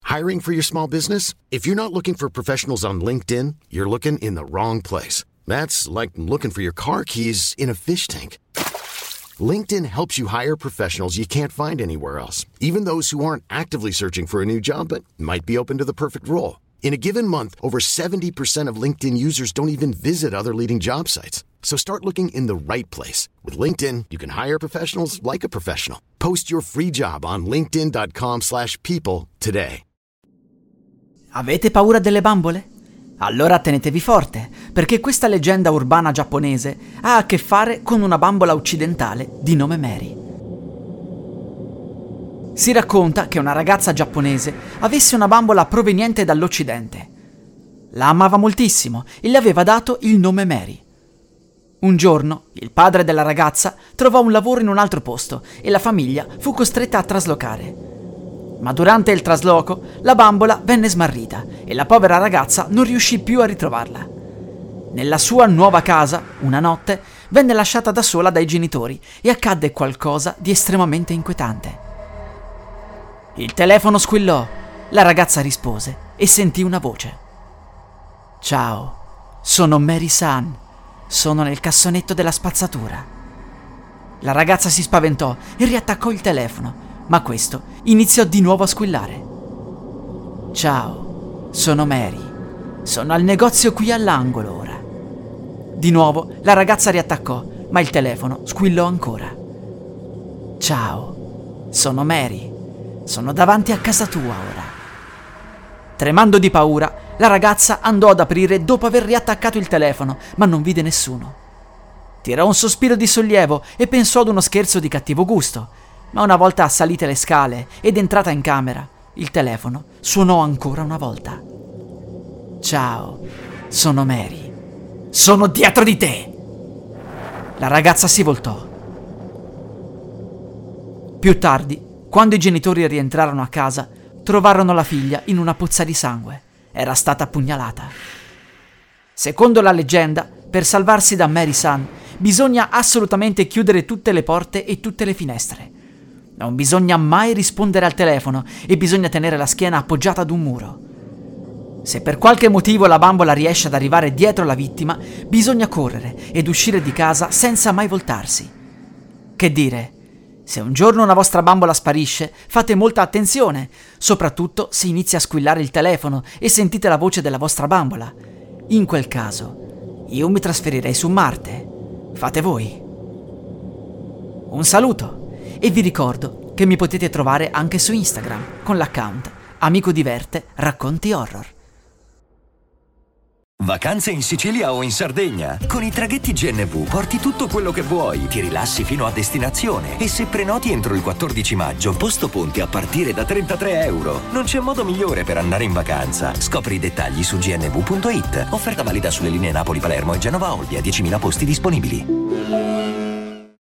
Hiring for your small business? If you're not looking for professionals on LinkedIn, you're looking in the wrong place. That's like looking for your car keys in a fish tank. LinkedIn helps you hire professionals you can't find anywhere else, even those who aren't actively searching for a new job but might be open to the perfect role. In a given month, over 70% of LinkedIn users don't even visit other leading job sites. So start looking in the right place. With LinkedIn, you can hire professionals like a professional. Post your free job on linkedin.com/people today. Avete paura delle bambole? Allora tenetevi forte, perché questa leggenda urbana giapponese ha a che fare con una bambola occidentale di nome Mary. Si racconta che una ragazza giapponese avesse una bambola proveniente dall'Occidente. La amava moltissimo e le aveva dato il nome Mary. Un giorno il padre della ragazza trovò un lavoro in un altro posto e la famiglia fu costretta a traslocare. Ma durante il trasloco la bambola venne smarrita e la povera ragazza non riuscì più a ritrovarla. Nella sua nuova casa, una notte, venne lasciata da sola dai genitori e accadde qualcosa di estremamente inquietante. Il telefono squillò, la ragazza rispose e sentì una voce. «Ciao, sono Mary-san, sono nel cassonetto della spazzatura». La ragazza si spaventò e riattaccò il telefono, ma questo iniziò di nuovo a squillare. «Ciao, sono Mary. Sono al negozio qui all'angolo ora». Di nuovo la ragazza riattaccò, ma il telefono squillò ancora. «Ciao, sono Mary. Sono davanti a casa tua ora». Tremando di paura, la ragazza andò ad aprire dopo aver riattaccato il telefono, ma non vide nessuno. Tirò un sospiro di sollievo e pensò ad uno scherzo di cattivo gusto. Ma una volta salite le scale ed entrata in camera, il telefono suonò ancora una volta. «Ciao, sono Mary. Sono dietro di te!» La ragazza si voltò. Più tardi, quando i genitori rientrarono a casa, trovarono la figlia in una pozza di sangue. Era stata pugnalata. Secondo la leggenda, per salvarsi da Mary-san, bisogna assolutamente chiudere tutte le porte e tutte le finestre. Non bisogna mai rispondere al telefono e bisogna tenere la schiena appoggiata ad un muro. Se per qualche motivo la bambola riesce ad arrivare dietro la vittima, bisogna correre ed uscire di casa senza mai voltarsi. Che dire, se un giorno una vostra bambola sparisce, fate molta attenzione, soprattutto se inizia a squillare il telefono e sentite la voce della vostra bambola. In quel caso, io mi trasferirei su Marte. Fate voi. Un saluto! E vi ricordo che mi potete trovare anche su Instagram con l'account Amico Diverte Racconti Horror. Vacanze in Sicilia o in Sardegna? Con i traghetti GNV porti tutto quello che vuoi, ti rilassi fino a destinazione e se prenoti entro il 14 maggio, posto ponti a partire da €33. Non c'è modo migliore per andare in vacanza. Scopri i dettagli su gnv.it. Offerta valida sulle linee Napoli-Palermo e Genova-Olbia, 10.000 posti disponibili.